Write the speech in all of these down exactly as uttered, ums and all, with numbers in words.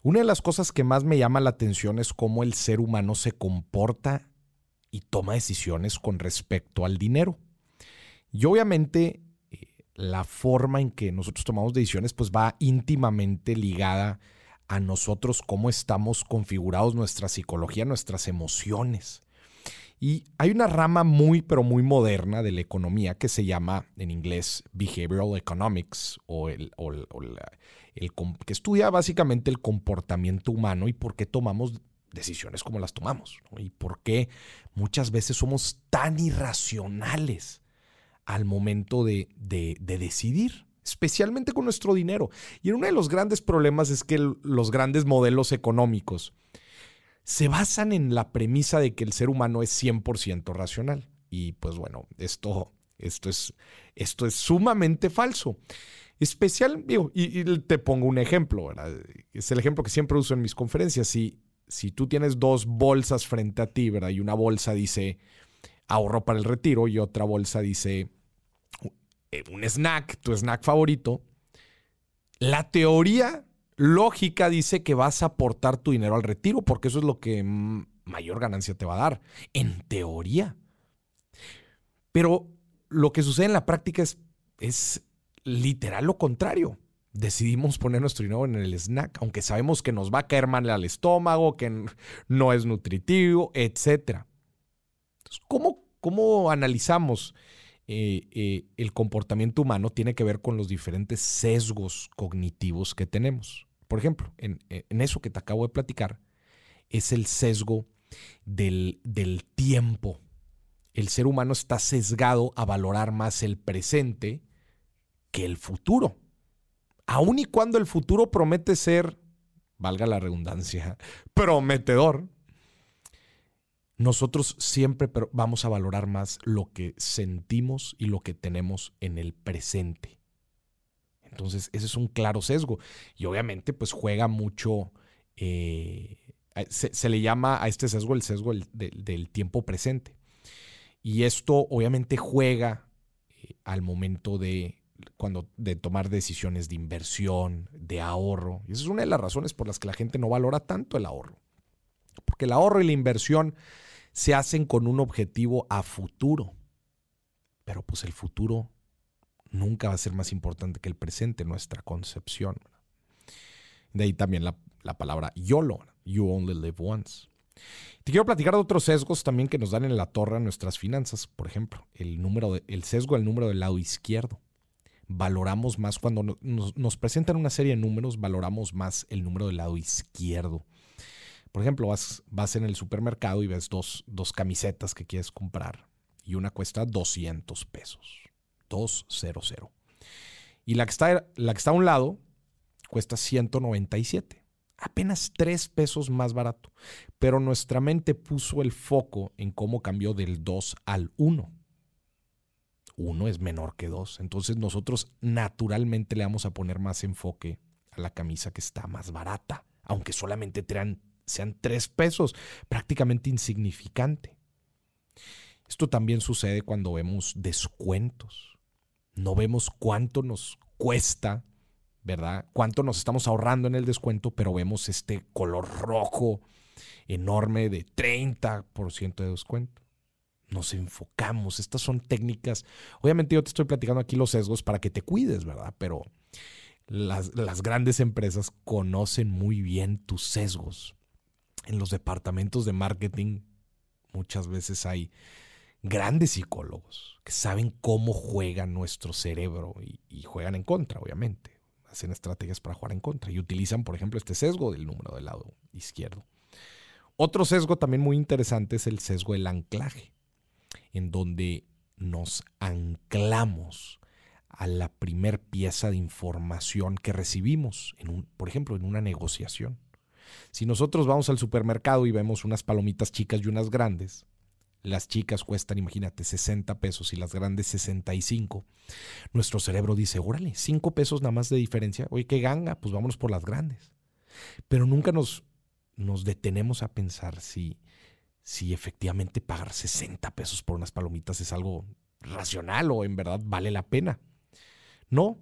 Una de las cosas que más me llama la atención es cómo el ser humano se comporta y toma decisiones con respecto al dinero. Y obviamente eh, la forma en que nosotros tomamos decisiones pues va íntimamente ligada a nosotros, cómo estamos configurados, nuestra psicología, nuestras emociones. Y hay una rama muy, pero muy moderna de la economía que se llama en inglés Behavioral Economics o, el, o, el, o la, el, que estudia básicamente el comportamiento humano y por qué tomamos decisiones como las tomamos, ¿no? Y por qué muchas veces somos tan irracionales al momento de, de, de decidir, especialmente con nuestro dinero. Y uno de los grandes problemas es que el, los grandes modelos económicos se basan en la premisa de que el ser humano es cien por ciento racional. Y pues bueno, esto, esto, es, esto es sumamente falso. Especial, digo, y, y te pongo un ejemplo, ¿verdad? Es el ejemplo que siempre uso en mis conferencias. Si, si tú tienes dos bolsas frente a ti, ¿verdad? Y una bolsa dice ahorro para el retiro y otra bolsa dice un snack, tu snack favorito, la teoría lógica dice que vas a aportar tu dinero al retiro porque eso es lo que mayor ganancia te va a dar, en teoría. Pero lo que sucede en la práctica es, es literal lo contrario. Decidimos poner nuestro dinero en el snack, aunque sabemos que nos va a caer mal al estómago, que no es nutritivo, etcétera. Entonces, ¿cómo, cómo analizamos eh, eh, el comportamiento humano? Tiene que ver con los diferentes sesgos cognitivos que tenemos. Por ejemplo, en, en eso que te acabo de platicar, es el sesgo del, del tiempo. El ser humano está sesgado a valorar más el presente que el futuro. Aun y cuando el futuro promete ser, valga la redundancia, prometedor, nosotros siempre vamos a valorar más lo que sentimos y lo que tenemos en el presente. Entonces, ese es un claro sesgo. Y obviamente, pues juega mucho, eh, se, se le llama a este sesgo el sesgo del, del, del tiempo presente. Y esto obviamente juega eh, al momento de, cuando, de tomar decisiones de inversión, de ahorro. Y esa es una de las razones por las que la gente no valora tanto el ahorro. Porque el ahorro y la inversión se hacen con un objetivo a futuro. Pero pues el futuro nunca va a ser más importante que el presente, nuestra concepción. De ahí también la, la palabra YOLO, You Only Live Once. Te quiero platicar de otros sesgos también que nos dan en la torre a nuestras finanzas. Por ejemplo, el, número de, el sesgo del número del lado izquierdo. Valoramos más cuando nos, nos presentan una serie de números, valoramos más el número del lado izquierdo. Por ejemplo, vas, vas en el supermercado y ves dos, dos camisetas que quieres comprar y una cuesta doscientos pesos. doscientos. Y la que está, la que está a un lado cuesta ciento noventa y siete. Apenas tres pesos más barato. Pero nuestra mente puso el foco en cómo cambió del dos al uno. uno es menor que dos. Entonces nosotros naturalmente le vamos a poner más enfoque a la camisa que está más barata. Aunque solamente traen, sean tres pesos. Prácticamente insignificante. Esto también sucede cuando vemos descuentos. No vemos cuánto nos cuesta, ¿verdad? Cuánto nos estamos ahorrando en el descuento, pero vemos este color rojo enorme de treinta por ciento de descuento. Nos enfocamos. Estas son técnicas. Obviamente yo te estoy platicando aquí los sesgos para que te cuides, ¿verdad? Pero las, las grandes empresas conocen muy bien tus sesgos. En los departamentos de marketing muchas veces hay grandes psicólogos que saben cómo juega nuestro cerebro y, y juegan en contra, obviamente. Hacen estrategias para jugar en contra y utilizan, por ejemplo, este sesgo del número del lado izquierdo. Otro sesgo también muy interesante es el sesgo del anclaje, en donde nos anclamos a la primer pieza de información que recibimos, en un, por ejemplo, en una negociación. Si nosotros vamos al supermercado y vemos unas palomitas chicas y unas grandes, las chicas cuestan, imagínate, sesenta pesos y las grandes sesenta y cinco. Nuestro cerebro dice, órale, cinco pesos nada más de diferencia. Oye, qué ganga, pues vámonos por las grandes. Pero nunca nos, nos detenemos a pensar si, si efectivamente pagar sesenta pesos por unas palomitas es algo racional o en verdad vale la pena. No,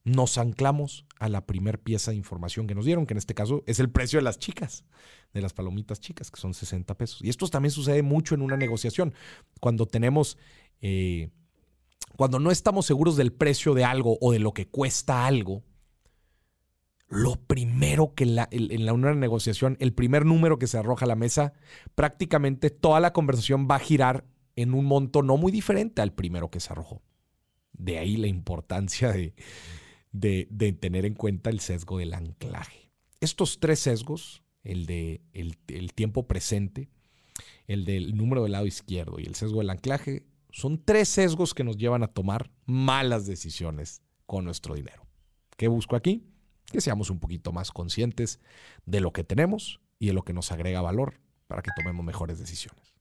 nos anclamos a la primer pieza de información que nos dieron, que en este caso es el precio de las chicas, de las palomitas chicas, que son sesenta pesos. Y esto también sucede mucho en una negociación. Cuando tenemos, eh, cuando no estamos seguros del precio de algo o de lo que cuesta algo, lo primero que la, en la, una negociación, el primer número que se arroja a la mesa, prácticamente toda la conversación va a girar en un monto no muy diferente al primero que se arrojó. De ahí la importancia de, de, de tener en cuenta el sesgo del anclaje. Estos tres sesgos, el de el, el tiempo presente, el del número del lado izquierdo y el sesgo del anclaje, son tres sesgos que nos llevan a tomar malas decisiones con nuestro dinero. ¿Qué busco aquí? Que seamos un poquito más conscientes de lo que tenemos y de lo que nos agrega valor para que tomemos mejores decisiones.